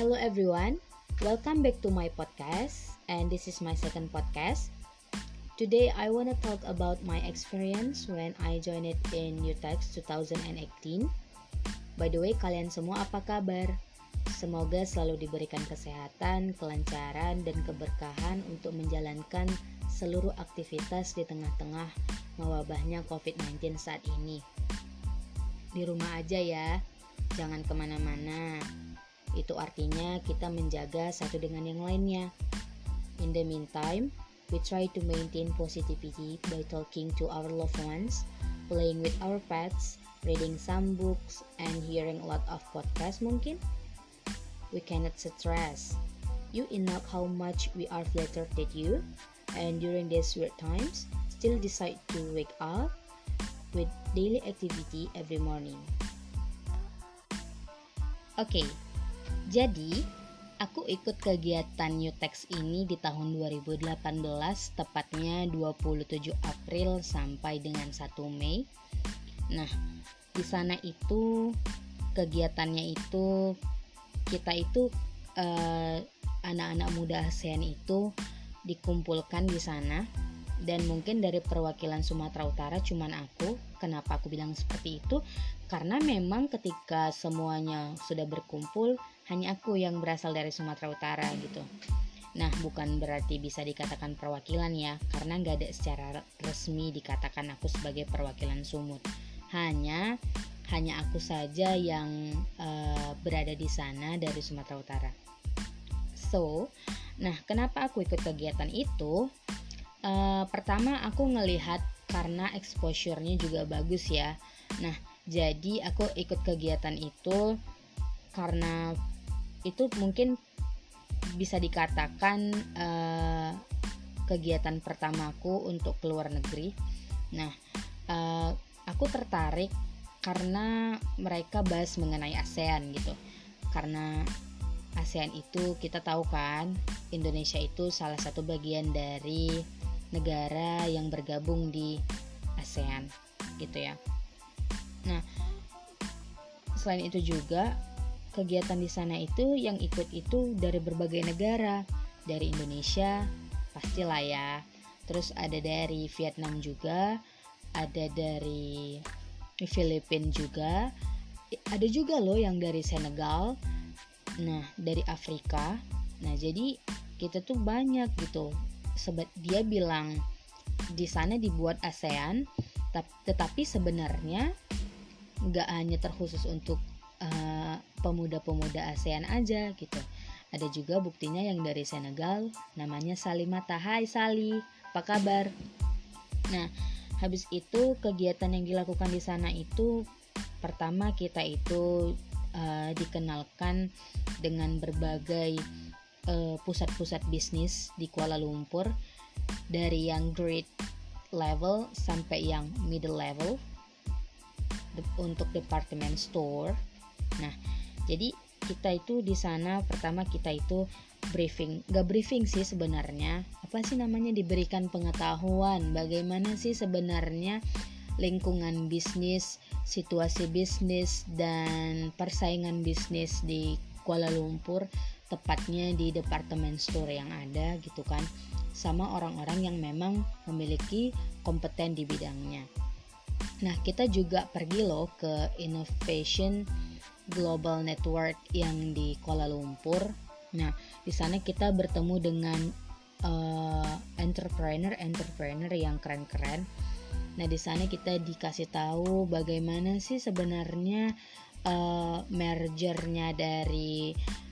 Hello everyone, welcome back to my podcast, and this is my second podcast. Today I want to talk about my experience when I joined in UTEX 2018. By the way, kalian semua apa kabar? Semoga selalu diberikan kesehatan, kelancaran, dan keberkahan untuk menjalankan seluruh aktivitas di tengah-tengah mewabahnya COVID-19 saat ini. Di rumah aja ya, jangan kemana-mana. Itu artinya kita menjaga satu dengan yang lainnya. In the meantime, we try to maintain positivity by talking to our loved ones, playing with our pets, reading some books, and hearing a lot of podcasts mungkin. We cannot stress you enough how much we are flattered at you, and during these weird times, still decide to wake up with daily activity every morning. Okay. Jadi, aku ikut kegiatan UTEX ini di tahun 2018, tepatnya 27 April sampai dengan 1 Mei. Nah, di sana itu kegiatannya itu kita itu anak-anak muda ASEAN itu dikumpulkan di sana, dan mungkin dari perwakilan Sumatera Utara cuman aku. Kenapa aku bilang seperti itu? Karena memang ketika semuanya sudah berkumpul, hanya aku yang berasal dari Sumatera Utara gitu. Nah, bukan berarti bisa dikatakan perwakilan ya, karena gak ada secara resmi dikatakan aku sebagai perwakilan Sumut. Hanya aku saja yang berada di sana dari Sumatera Utara. Nah, kenapa aku ikut kegiatan itu? Pertama aku ngelihat karena exposure-nya juga bagus ya. Nah, jadi aku ikut kegiatan itu karena itu mungkin bisa dikatakan kegiatan pertamaku untuk keluar negeri. Nah, aku tertarik karena mereka bahas mengenai ASEAN gitu. Karena ASEAN itu kita tahu kan, Indonesia itu salah satu bagian dari negara yang bergabung di ASEAN gitu ya. Nah, selain itu juga kegiatan di sana itu yang ikut itu dari berbagai negara, dari Indonesia pastilah ya, terus ada dari Vietnam juga, ada dari Filipina juga, ada juga loh yang dari Senegal, nah dari Afrika. Nah jadi kita tuh banyak gitu. Dia bilang di sana dibuat ASEAN, tetapi sebenarnya nggak hanya terkhusus untuk pemuda-pemuda ASEAN aja gitu. Ada juga buktinya yang dari Senegal, namanya Salimata. Hai Sali, apa kabar? Nah, habis itu kegiatan yang dilakukan di sana itu, pertama kita itu dikenalkan dengan berbagai pusat-pusat bisnis di Kuala Lumpur, dari yang grade level sampai yang middle level untuk department store. Nah, jadi kita itu di sana pertama kita itu nggak briefing sih sebenarnya, apa sih namanya, diberikan pengetahuan bagaimana sih sebenarnya lingkungan bisnis, situasi bisnis dan persaingan bisnis di Kuala Lumpur, tepatnya di department store yang ada gitu kan, sama orang-orang yang memang memiliki kompeten di bidangnya. Nah, kita juga pergi loh ke Innovation Global Network yang di Kuala Lumpur. Nah, di sana kita bertemu dengan entrepreneur yang keren-keren. Nah, di sana kita dikasih tahu bagaimana sih sebenarnya mergernya dari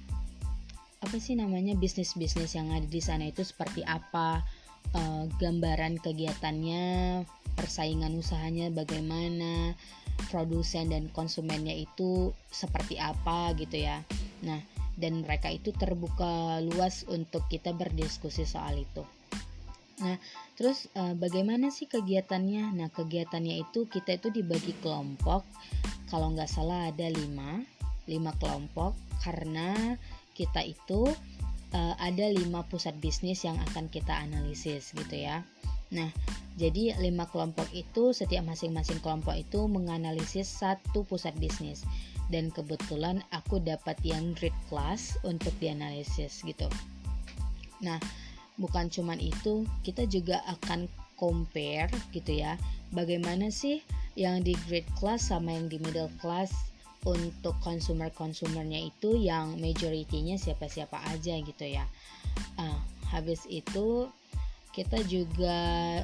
apa sih namanya bisnis-bisnis yang ada di sana itu seperti apa, gambaran kegiatannya, persaingan usahanya bagaimana, produsen dan konsumennya itu seperti apa gitu ya. Nah, dan mereka itu terbuka luas untuk kita berdiskusi soal itu. Nah, terus bagaimana sih kegiatannya? Nah, kegiatannya itu kita itu dibagi kelompok. Kalau nggak salah ada 5 kelompok, karena kita itu ada 5 pusat bisnis yang akan kita analisis gitu ya. Nah, Jadi 5 kelompok itu, setiap masing-masing kelompok itu menganalisis satu pusat bisnis. Dan kebetulan aku dapat yang grade class untuk dianalisis gitu. Nah, bukan cuman itu, kita juga akan compare gitu ya. Bagaimana sih yang di grade class sama yang di middle class untuk konsumernya itu, yang majority-nya siapa-siapa aja gitu ya. Habis itu kita juga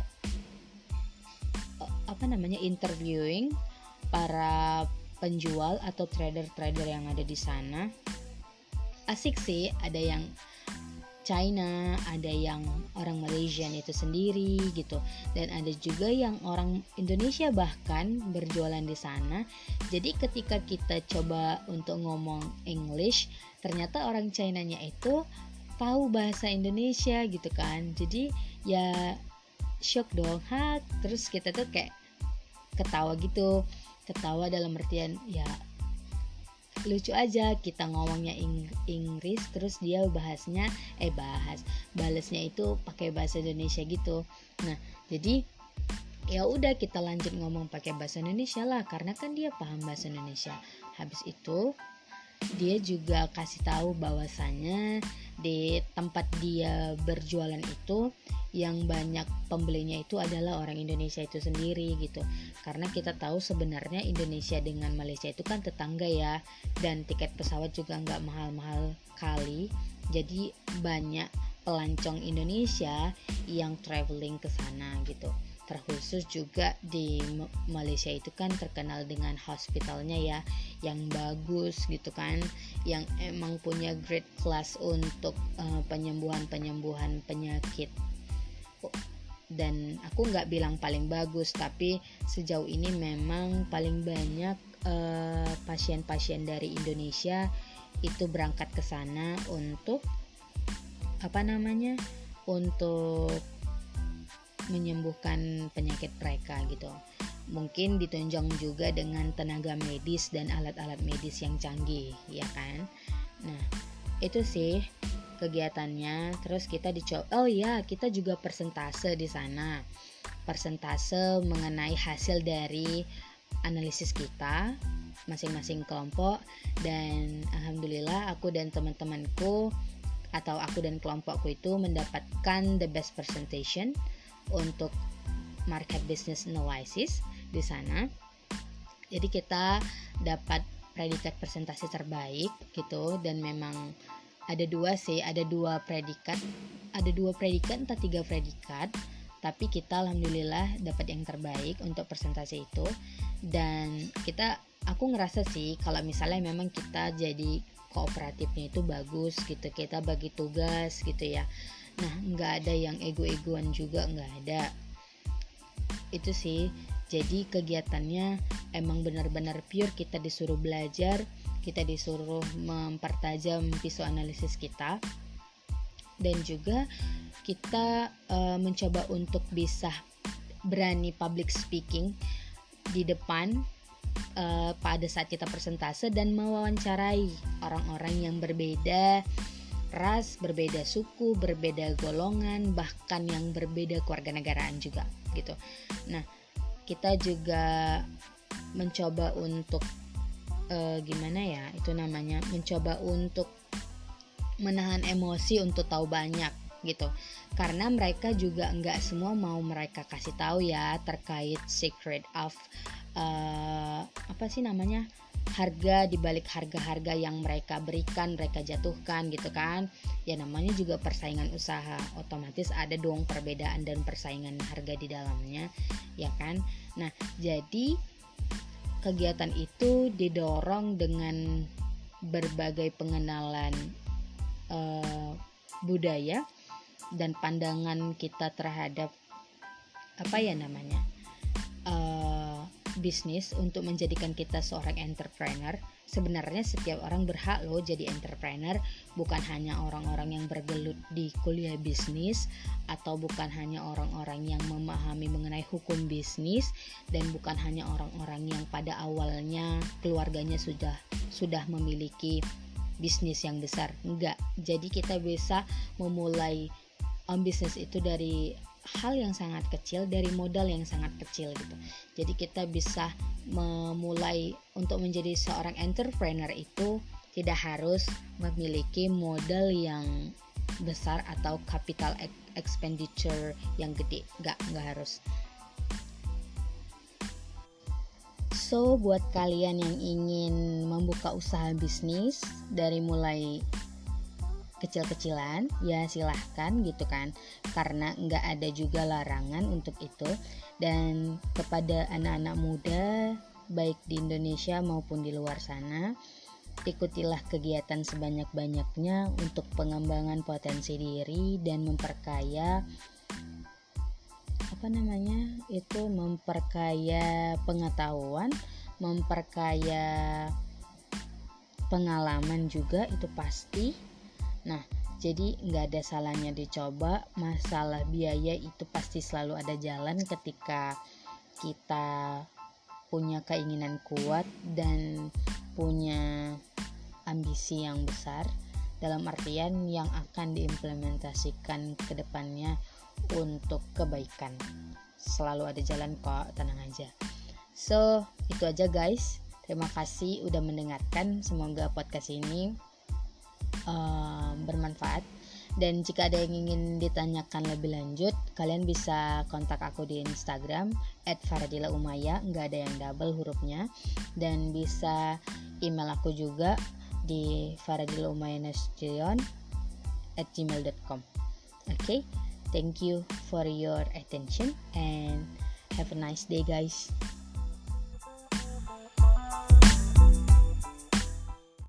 interviewing para penjual atau trader-trader yang ada di sana. Asik sih, ada yang China, ada yang orang Malaysian itu sendiri gitu, dan ada juga yang orang Indonesia bahkan berjualan di sana. Jadi ketika kita coba untuk ngomong English, ternyata orang China-nya itu tahu bahasa Indonesia gitu kan. Jadi ya shock dong, terus kita tuh kayak ketawa gitu, ketawa dalam artian ya lucu aja, kita ngomongnya Inggris terus dia balesnya itu pakai bahasa Indonesia gitu. Nah, jadi ya udah kita lanjut ngomong pakai bahasa Indonesia lah, karena kan dia paham bahasa Indonesia. Habis itu dia juga kasih tahu bahwasannya di tempat dia berjualan itu yang banyak pembelinya itu adalah orang Indonesia itu sendiri gitu. Karena kita tahu sebenarnya Indonesia dengan Malaysia itu kan tetangga ya, dan tiket pesawat juga nggak mahal-mahal kali. Jadi banyak pelancong Indonesia yang traveling ke sana gitu. Terkhusus juga di Malaysia itu kan terkenal dengan hospitalnya ya, yang bagus gitu kan, yang emang punya grade class untuk penyembuhan penyakit. Dan aku nggak bilang paling bagus, tapi sejauh ini memang paling banyak pasien-pasien dari Indonesia itu berangkat ke sana untuk untuk menyembuhkan penyakit mereka gitu. Mungkin ditunjang juga dengan tenaga medis dan alat-alat medis yang canggih, ya kan? Nah, itu sih kegiatannya. Terus kita kita juga persentase di sana. Persentase mengenai hasil dari analisis kita masing-masing kelompok, dan alhamdulillah aku dan teman-temanku atau aku dan kelompokku itu mendapatkan the best presentation untuk market business analysis di sana. Jadi kita dapat predikat presentasi terbaik gitu, dan memang ada dua predikat entah 3 predikat, tapi kita alhamdulillah dapat yang terbaik untuk presentasi itu. Dan aku ngerasa sih kalau misalnya memang kita jadi kooperatifnya itu bagus gitu, kita bagi tugas gitu ya. Nah, nggak ada yang ego-egoan juga, nggak ada. Itu sih, jadi kegiatannya emang benar-benar pure, kita disuruh belajar, kita disuruh mempertajam pisau analisis kita, dan juga kita mencoba untuk bisa berani public speaking di depan pada saat kita presentase, dan mewawancarai orang-orang yang berbeda ras, berbeda suku, berbeda golongan, bahkan yang berbeda kewarganegaraan juga gitu. Nah, kita juga mencoba untuk mencoba untuk menahan emosi untuk tahu banyak gitu, karena mereka juga nggak semua mau mereka kasih tahu ya terkait secret of harga dibalik harga-harga yang mereka berikan, mereka jatuhkan gitu kan. Ya namanya juga persaingan usaha, otomatis ada dong perbedaan dan persaingan harga di dalamnya, ya kan. Nah, jadi kegiatan itu didorong dengan berbagai pengenalan budaya dan pandangan kita terhadap bisnis untuk menjadikan kita seorang entrepreneur. Sebenarnya setiap orang berhak loh jadi entrepreneur, bukan hanya orang-orang yang bergelut di kuliah bisnis, atau bukan hanya orang-orang yang memahami mengenai hukum bisnis, dan bukan hanya orang-orang yang pada awalnya keluarganya sudah memiliki bisnis yang besar. Enggak. Jadi kita bisa memulai bisnis itu dari hal yang sangat kecil dari modal yang sangat kecil gitu. Jadi kita bisa memulai untuk menjadi seorang entrepreneur itu tidak harus memiliki modal yang besar atau capital expenditure yang gede, nggak harus. So buat kalian yang ingin membuka usaha bisnis dari mulai kecil-kecilan, ya silahkan gitu kan, karena nggak ada juga larangan untuk itu. Dan kepada anak-anak muda baik di Indonesia maupun di luar sana, ikutilah kegiatan sebanyak-banyaknya untuk pengembangan potensi diri dan memperkaya memperkaya pengetahuan, memperkaya pengalaman juga, itu pasti. Nah, jadi nggak ada salahnya dicoba. Masalah biaya itu pasti selalu ada jalan ketika kita punya keinginan kuat dan punya ambisi yang besar, dalam artian yang akan diimplementasikan ke depannya untuk kebaikan. Selalu ada jalan kok, tenang aja. So, itu aja guys. Terima kasih udah mendengarkan. Semoga podcast ini bermanfaat. Dan jika ada yang ingin ditanyakan lebih lanjut, kalian bisa kontak aku di Instagram @faradilaumaya, nggak ada yang double hurufnya. Dan bisa email aku juga di faradilaumaya@gmail.com. Okay, thank you for your attention and have a nice day guys.